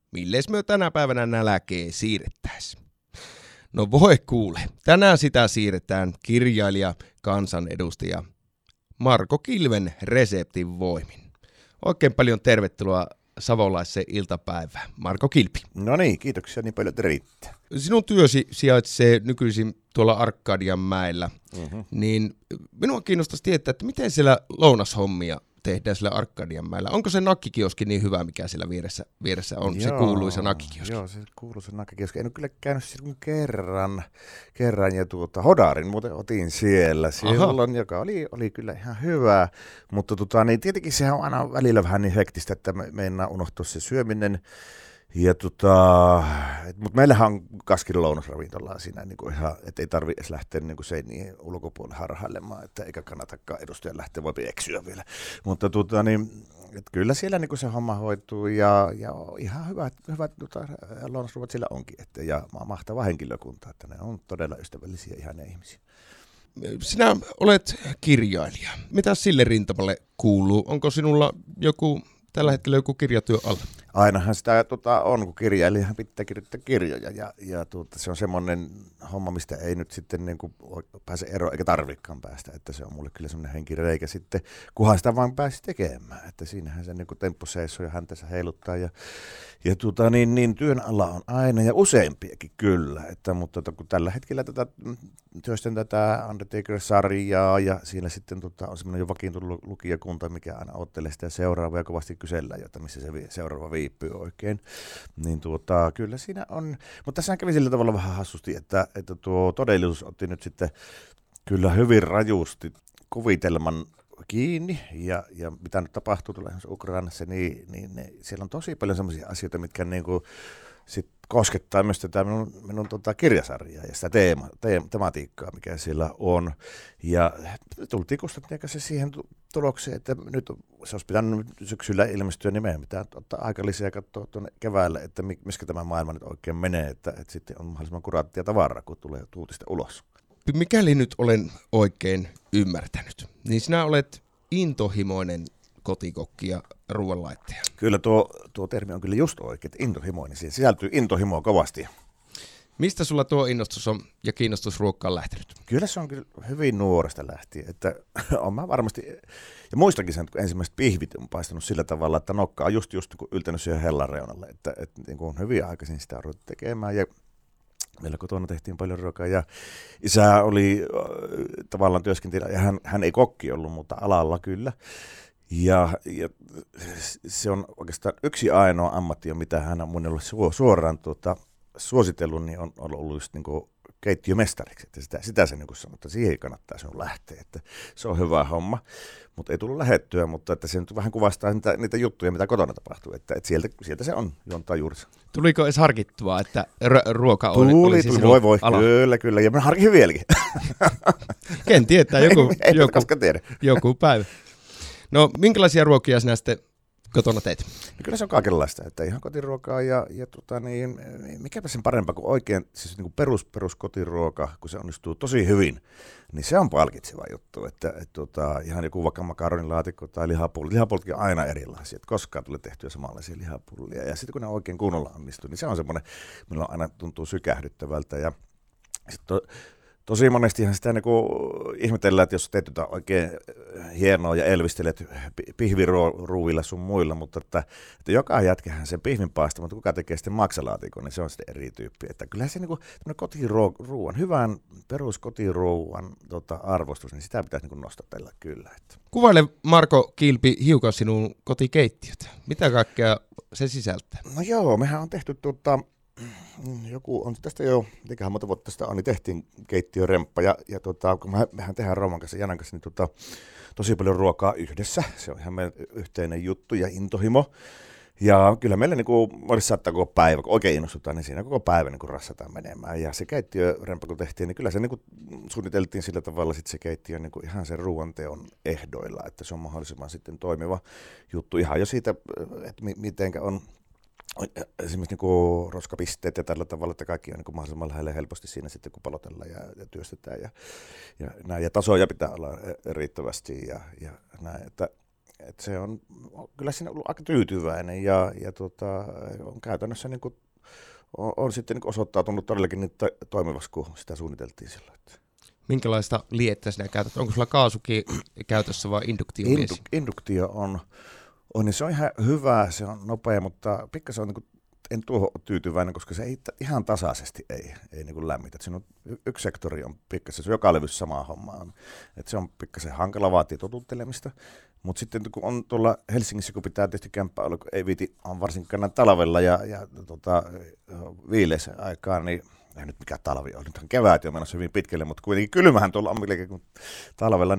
milles me tänä päivänä nälkeen siirrettäis? No voi kuule, tänään sitä siirretään kirjailija, kansanedustaja Marko Kilven reseptin voimin. Oikein paljon tervetuloa savolaiseen iltapäivään, Marko Kilpi. No niin, kiitoksia niin paljon, että riittää. Sinun työsi sijaitsee nykyisin tuolla Arkadianmäellä, niin minua kiinnostaisi tietää, että miten siellä lounashommia tehdään siellä Arkadianmäellä. Onko se nakkikioski niin hyvä, mikä siellä vieressä on, joo, se kuuluisa nakkikioski? Joo, se kuuluisa nakkikioski. En ole kyllä käynyt siellä kerran ja Hodarin muuten otin siellä silloin, joka oli kyllä ihan hyvä, mutta niin tietenkin sehän on aina välillä vähän niin hektistä, että meinaa unohtua se syöminen. Ja mutta meillähän on kaskin lounasravintolaa siinä niin kuin ihan, että ei tarvitse edes lähteä niin kuin seinien ulkopuolelle harhailemaan, että eikä kannatakaan edustajan lähteä, voi eksyä vielä. Mutta että kyllä siellä niin kuin se homma hoituu ja ihan hyvät lounasruvat siellä onkin, ja mahtava henkilökunta, että ne on todella ystävällisiä ihania ihmisiä. Sinä olet kirjailija. Mitä sille rintamalle kuuluu? Onko sinulla tällä hetkellä joku kirjatyö alla? Ainahan sitä on, kun kirjailijahan pitää kirjoittaa kirjoja ja se on semmoinen homma, mistä ei nyt sitten niin kuin pääse eroon eikä tarvikaan päästä, että se on mulle kyllä semmoinen henkireikä sitten, kunhan sitä vaan pääsi tekemään, että siinähän se niin kuin temppu seisoo ja häntänsä heiluttaa ja työn alla on aina ja useampiakin kyllä, mutta kun tällä hetkellä työstän tätä Undertaker-sarjaa ja siinä sitten on semmoinen jo vakiintunut lukijakunta, mikä aina odottelee sitä seuraavaa ja kovasti kysellään, jotta missä se seuraava viipyy oikein, niin kyllä siinä on, mutta tässä kävi sillä tavalla vähän hassusti, että tuo todellisuus otti nyt sitten kyllä hyvin rajusti kuvitelman kiinni ja mitä nyt tapahtuu tuolla Ukrainassa, niin siellä on tosi paljon sellaisia asioita, mitkä niinku sit koskettaa myös tätä minun kirjasarjaa ja sitä tematiikkaa, mikä siellä on. Ja tultiin Kustantin kanssa siihen tulokseen, että nyt se olisi pitänyt syksyllä ilmestyä nimeen, mitä ottaa aika lisää ja katsoa tuonne keväälle, että missä tämä maailma nyt oikein menee, että sitten on mahdollisimman kuraattia tavaraa, kun tulee uutista ulos. Mikäli nyt olen oikein ymmärtänyt, niin sinä olet intohimoinen kotikokki ja ruoanlaittaja. Kyllä tuo termi on kyllä just oikein, intohimoinen. Siihen sisältyy intohimoa kovasti. Mistä sulla tuo innostus on ja kiinnostus ruokkaan lähtenyt? Kyllä se on kyllä hyvin nuoresta lähtien, että on mä varmasti, ja muistakin sen, kun ensimmäiset pihvit on paistanut sillä tavalla, että nokka on just niin yltänyt siihen hellan reunalle, että niin kuin hyvin aikaisin sitä on ruvennut tekemään ja meillä kotona tehtiin paljon ruokaa ja isä oli tavallaan työskentelijä ja hän ei kokki ollut, mutta alalla kyllä. Ja se on oikeastaan yksi ainoa ammatti, mitä hän on monelle suoraan suositellut, niin on ollut just niin kuin keittiömestariksi. Että sitä se niin kuin sanoo, että siihen kannattaa sinun lähteä, että se on hyvä homma. Mutta ei tullut lähettyä, mutta että se nyt vähän kuvastaa niitä juttuja, mitä kotona tapahtuu. Että sieltä se on juontaa juurensa. Tuliko edes harkittua, että ruoka oli Tuli, ala? Kyllä. Ja mä harkin vieläkin. Ken tietää, joku päivä. No, minkälaisia ruokia sinä sitten kotona teet? No, kyllä se on kaikenlaista, että ihan kotiruokaa ja mikäpä sen parempaa kuin oikein, siis niin kuin perus kotiruoka, kun se onnistuu tosi hyvin, niin se on palkitseva juttu, että ihan joku vaikka makaronilaatikko tai lihapulli. Lihapullikin on aina erilaisia, että koskaan tulee tehtyä samanlaisia lihapullia ja sitten kun ne oikein kunnolla onnistuu, niin se on semmoinen, millä aina tuntuu sykähdyttävältä ja sitten tosi monestihan sitä niinku ihmetellään, että jos teet jotain oikein hienoa ja elvistelet pihviruuvilla sun muilla, mutta että joka jätkähän sen pihvin paistaa, mutta kuka tekee sitten maksalaatikon, niin se on sitten eri tyyppi. Että kyllähän se niinku kotiruuan, hyvän peruskotiruuan arvostus, niin sitä pitäisi niinku nostatella kyllä. Että. Kuvaile Marko Kilpi hiukan sinun kotikeittiötä. Mitä kaikkea se sisältää? No joo, mehän on tehty joku on tästä jo, mikähän monta vuotta tästä on, niin tehtiin keittiöremppa ja kun mehän tehdään Rooman kanssa Janan kanssa niin tosi paljon ruokaa yhdessä. Se on ihan meidän yhteinen juttu ja intohimo. Ja kyllä meillä olisi saattaa koko päivä, kun oikein innostutaan, niin siinä koko päivä rassataan menemään. Ja se keittiöremppa kun tehtiin, niin kyllä se suunniteltiin sillä tavalla sit se keittiö ihan sen ruoanteon ehdoilla, että se on mahdollisimman sitten toimiva juttu ihan jo siitä, että mitenkä on esimerkiksi roskapisteet ja tällä tavalla, että kaikki on mahdollisimman lähellä helposti siinä sitten, kun palotellaan ja työstetään ja tasoja pitää olla riittävästi ja näin, että Et se on kyllä siinä ollut aika tyytyväinen ja on käytännössä niin kuin, on sitten niin osoittautunut todellakin niin toimivaksi, kun sitä suunniteltiin silloin. Minkälaista liettä sinä käytät? Onko sulla kaasukin käytössä vai induktiomies? Induktio on, niin se on ihan hyvä, se on nopea, mutta pikkasen on niin kuin, en tuohon ole tyytyväinen, koska se ei ihan tasaisesti ei niin kuin lämmitä. Siinä on yksi sektori on pikkasen, se on joka levyssä sama homma on. Se on pikkasen hankala, vaatii totuttelemista. Mutta sitten kun on tuolla Helsingissä, kun pitää tietysti kämppää olla, kun ei viiti, on varsinkaan talvella ja viileisen aikaan, niin ei nyt mikä talvi on, nythän kevät jo menossa hyvin pitkälle, mutta kuitenkin kylmähän tuolla on melkein kuin talvella,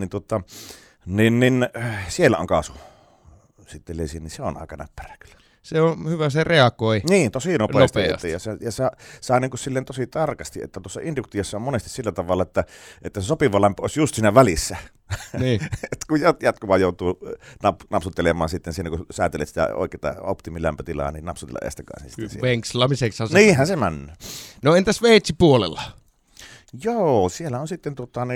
niin siellä on kaasu sitten lesi, niin se on aika näppärä kyllä. Se on hyvä, se reagoi niin, tosi nopeasti. Ja saa niin kuin silleen tosi tarkasti, että tuossa induktiossa on monesti sillä tavalla, että se sopiva lämpö olisi just siinä välissä. Niin. Et kun jatkuvaan joutuu napsuttelemaan sitten siinä, kun säätelet sitä oikeaa optimilämpötilaa, niin napsutella estäkään. Venkslaamiseksi. Niinhän se männä. No entäs Sveitsi-puolella? Joo, siellä on sitten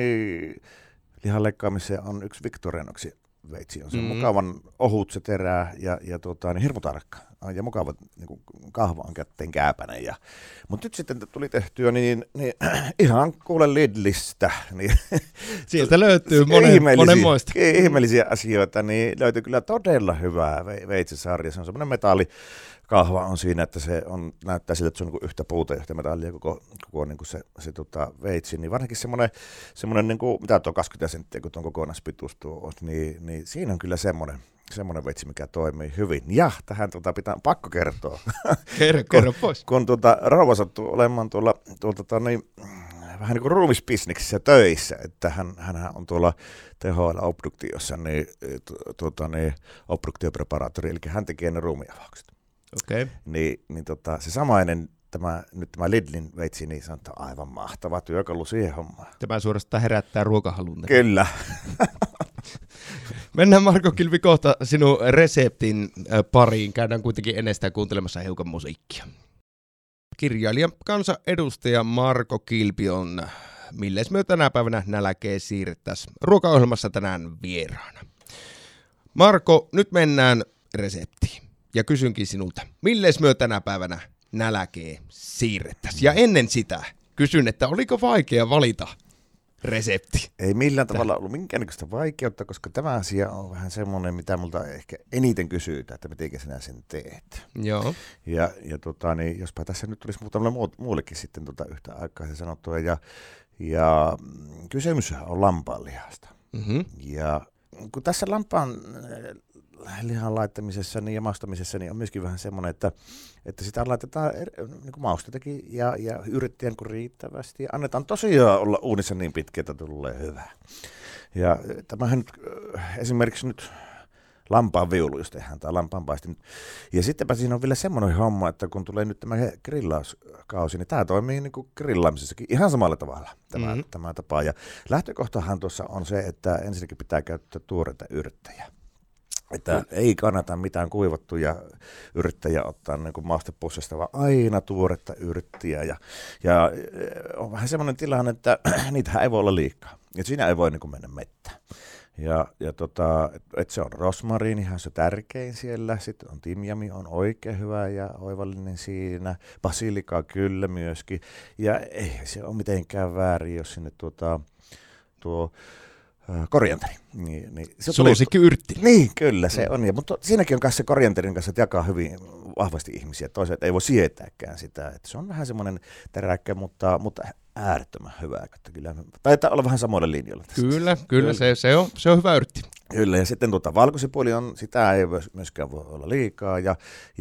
lihan leikkaamiseen on yksi Victorinoxi veitsi. On se mukavan ohut se terää ja hirmu tarkka. Ja mukava niin kahva on kätteen kääpäinen. Mutta nyt sitten tuli tehtyä niin ihan kuule Lidlistä. Niin sieltä löytyy monenmoista. Ihmeellisiä asioita, niin löytyy kyllä todella hyvää veitsisarja. Se on semmoinen metallikahva on siinä, että se näyttää siltä, että se on niin yhtä puuta ja yhtä metallia koko niin se veitsi. Niin varsinkin semmoinen niin kuin, mitä tuo 20 senttiä, kun tuon kokonaispituus tuo, niin siinä on kyllä semmoinen veitsi, mikä toimii hyvin. Ja tähän pitää pakko kertoa. Kerro pois. Kun rouva sattuu olemaan tuolla vähän niin kuin ruumisbisneksissä töissä, että hän on tuolla THL obduktiossa obduktiopreparaattori, eli hän tekee ne ruumiavaukset. Okay. Niin se samainen tämä Lidlin veitsi, niin se on aivan mahtava työkalu siihen hommaan. Tämä suorastaan herättää ruokahalun. Kyllä. Mennään Marko Kilpi kohta sinun reseptin pariin. Käydään kuitenkin ennen sitä kuuntelemassa hiukan musiikkia. Kirjailija, kansanedustaja Marko Kilpi on, milles me tänä päivänä nälkeen siirrettäisiin ruokaohjelmassa tänään vieraana. Marko, nyt mennään reseptiin ja kysynkin sinulta, milles me tänä päivänä nälkeen siirrettäisiin? Ja ennen sitä kysyn, että oliko vaikea valita resepti? Ei millään tavalla ollut minkäännäköistä vaikeutta, koska tämä asia on vähän semmoinen, mitä multa ehkä eniten kysytään, että miten sinä sen teet. Joo. Ja jospa tässä nyt tulisi muutamalle muullekin sitten yhtä aikaa se sanottua. Ja kysymys on lampaanlihasta. Mm-hmm. Ja kun tässä lampaan lihan laittamisessa ja maustamisessa niin on myöskin vähän semmoinen, että sitä laitetaan niin mausteitakin ja yrittäjän kun riittävästi. Ja annetaan tosiaan olla uunissa niin pitkä, että tulee hyvää. Ja tämähän nyt, esimerkiksi nyt lampaan viulu, jos tehdään, tai lampaanpaistin. Ja sittenpä siinä on vielä semmoinen homma, että kun tulee nyt tämä grillauskausi, niin tämä toimii niin kuin grillaamisessakin ihan samalla tavalla, tämä tapa. Ja lähtökohtahan tuossa on se, että ensinnäkin pitää käyttää tuoreita yrttejä. Että ei kannata mitään kuivattuja yrttejä ottaa niin kuin maustepussista, vaan aina tuoretta yrttiä. Ja on vähän semmoinen tilanne, että niitähän ei voi olla liikaa. Ja siinä ei voi niin kuin mennä mettään. Että se on rosmariinihan se tärkein siellä, sitten on timjami, on oikein hyvä ja oivallinen siinä, basilikaa kyllä myöskin, ja ei se ole mitenkään väärin, jos sinne tuo korianteri. Niin suosikki yrtti. Niin, kyllä se on, mutta siinäkin on kanssa se korianterin kanssa, että jakaa hyvin vahvasti ihmisiä, toiset ei voi sietääkään sitä, että se on vähän semmoinen teräkkä, mutta äärettömän hyvä, että kyllä taitaa olla vähän samoilla linjoilla tässä. Kyllä. Se on hyvä yrtti. Kyllä, ja sitten valkosipuli on, sitä ei myöskään voi olla liikaa, ja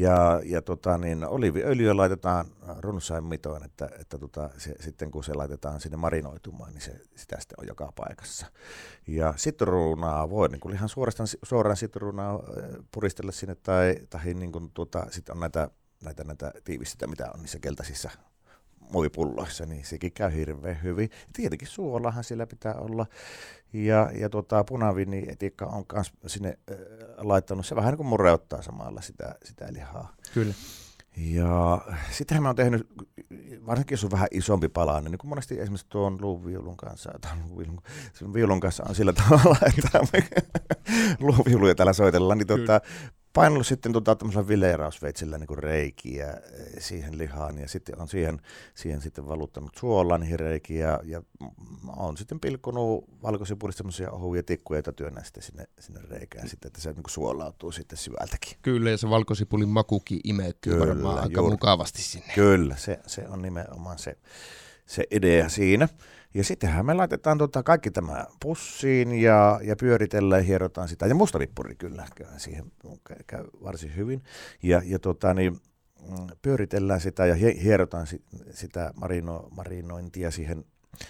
oliiviöljyä laitetaan runsain mitoin, että sitten kun se laitetaan sinne marinoitumaan, niin sitä sitten on joka paikassa. Ja sitruunaa voi niin kuin ihan suoraan sitruunaa puristella sinne, tai niin kuin sitten on näitä tiivisteitä, mitä on niissä keltaisissa muovipulloissa, niin sekin käy hirveän hyvin. Tietenkin suolahan siellä pitää olla. Ja punaviinietiikka on myös sinne laittanut. Se vähän niin kuin mureuttaa samalla sitä lihaa. Kyllä. Ja sitähän mä oon tehnyt varsinkin jos on vähän isompi palanen, niin kuin monesti esimerkiksi tuon luuviulun kanssa, viulun kanssa on sillä tavalla, että luuviuluja täällä soitellaan, niin painellut sitten tämmöisellä vileerausveitsellä niin kuin reikiä siihen lihaan ja sitten on siihen sitten valuttanut suolaa niihin reikiä ja on sitten pilkkonut valkosipulista semmoisia ohuja tikkuja, joita työnnän sitten sinne reikään sitten, että se niin kuin suolautuu sitten syvältäkin. Kyllä, ja se valkosipulin makukin imeytyy varmaan aika mukavasti sinne. Kyllä, se on nimenomaan se idea siinä. Ja sittenhän me laitetaan kaikki tämä pussiin ja pyöritellään ja hierotaan sitä. Ja mustavippuri kyllä siihen käy varsin hyvin. Ja pyöritellään sitä ja hierotaan sitä marinointia siihen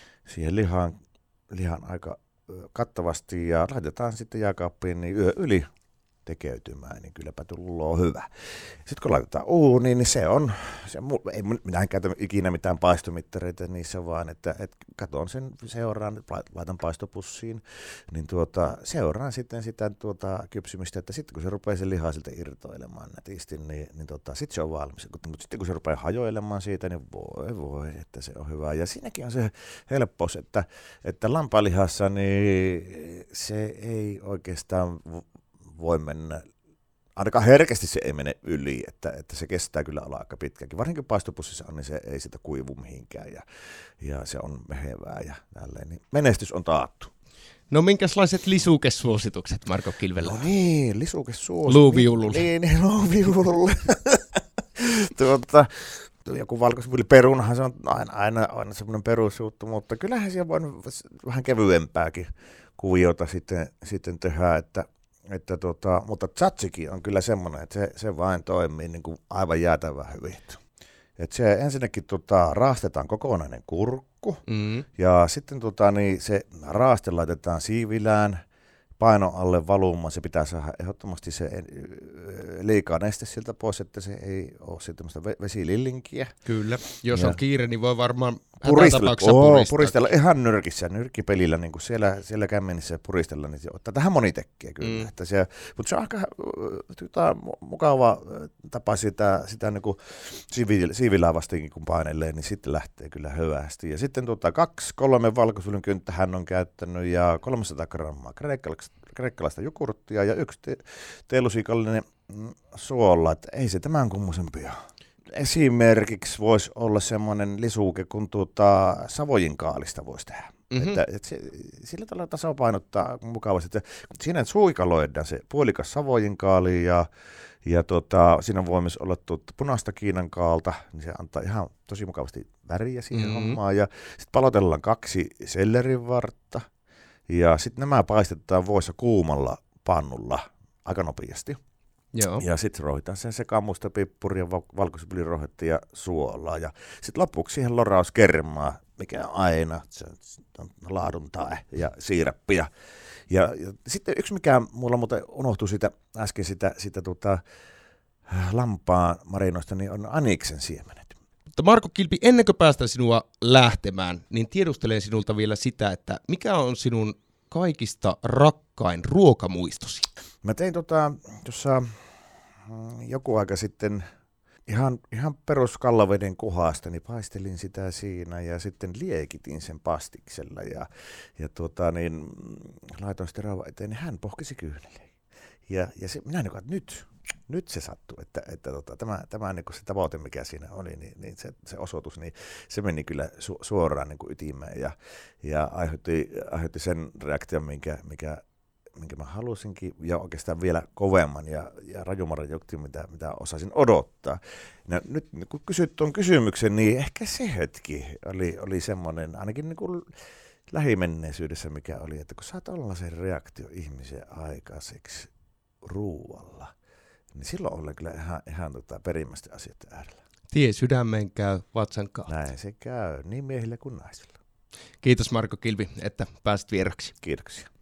lihan aika kattavasti. Ja laitetaan sitten jääkaappiin niin yö yli tekeytymään, niin kylläpä tullut hyvä. Sitten kun laitetaan uuniin, niin ei minä en käytä ikinä mitään paistomittareita niissä, vaan että katon sen, seuraan, laitan paistopussiin, niin seuraan sitten sitä kypsymistä, että sitten kun se rupeaa se liha siltä irtoilemaan nätisti, niin sitten se on valmis. Mutta sitten kun se rupeaa hajoilemaan siitä, niin voi, että se on hyvä. Ja siinäkin on se helppous, että lampaanlihassa niin se ei oikeastaan voi mennä, ainakaan herkästi se ei mene yli, että se kestää kyllä olla aika pitkäänkin. Varsinkin paistopussissa on, niin se ei sitä kuivu mihinkään ja se on mehevää ja tälleen. Niin menestys on taattu. No minkälaiset lisukesuositukset Marko Kilvellä? No niin, lisukesuositukset. Luuviululle. Niin, luuviululle. Joku valkosipuli-perunahan se on aina semmoinen perusjuttu, mutta kyllähän siellä voi vähän kevyempääkin kuviota sitten tehdä, mutta tzatziki on kyllä semmoinen, että se vain toimii niin kuin aivan jäätävän hyvin. Että se ensinnäkin raastetaan kokonainen kurkku ja sitten niin se raaste laitetaan siivilään painon alle valumaan. Se pitää saada ehdottomasti se liikaa neste siltä pois, että se ei ole sitten tämmöistä vesilillinkiä. Kyllä, jos on kiire, niin voi varmaan hätätapauksessa puristella ihan nyrkkipelillä, niin kuin siellä kämmenissä puristella, niin se ottaa tähän moni tekee kyllä. Että mutta se on aika mukava tapa sitä niin kuin siivilää vastakin, kun painelee, niin sitten lähtee kyllä hyvästi. Ja sitten 2-3 valkosulun kynttä hän on käyttänyt ja 300 grammaa kreikkalaista jogurttia ja 1 teelusikallinen suola, että ei se tämän kummosempia. Esimerkiksi voisi olla semmoinen lisuke, kun savojinkaalista voisi tehdä. Että sillä tavalla tasapainottaa mukavasti. Siinä suikaloidaan se puolikas savojinkaali ja siinä voi myös olla punaista kiinankaalta, niin se antaa ihan tosi mukavasti väriä siihen hommaan. Ja sitten palotellaan 2 sellerinvartta ja sitten nämä paistetaan voissa kuumalla pannulla aika nopeasti. Joo. Ja sitten roihitaan sen sekaan mustapippuria, valkosipulirohetta ja suolaa. Ja sitten lopuksi siihen lorauskermaa, mikä on aina, se on laadun tae ja siirappia. Ja sitten yksi, mikä mulla muuten unohtui siitä äsken sitä lampaan marinoista, niin on aniksen siemenet. Mutta Marko Kilpi, ennen kuin päästään sinua lähtemään, niin tiedustelen sinulta vielä sitä, että mikä on sinun kaikista rakkain ruokamuistosi? Mä tein tuossa joku aika sitten ihan perus kallaveden kuhasta, niin paistelin sitä siinä ja sitten liekitin sen pastiksella ja laitoin sitten rauhan eteen, niin hän pohkisi kyyneliin. Ja minä niin kuin, että nyt se sattui, että tämä niin kuin se tavoite, mikä siinä oli, niin se osoitus, niin se meni kyllä suoraan niin kuin ytimeen ja aiheutti sen reaktion, minkä mä halusinkin, ja oikeastaan vielä kovemman ja rajumman reaktion, mitä osasin odottaa. Ja nyt kun kysyt tuon kysymyksen, niin ehkä se hetki oli semmoinen, ainakin niin kuin lähimenneisyydessä, mikä oli, että kun saat olla se reaktio ihmisen aikaiseksi ruualla, niin silloin ollaan kyllä ihan perimmäisten asioiden äärellä. Tie sydämeen käy vatsan kautta. Näin se käy, niin miehillä kuin naisilla. Kiitos Marko Kilpi, että pääsit vieraksi. Kiitoksia.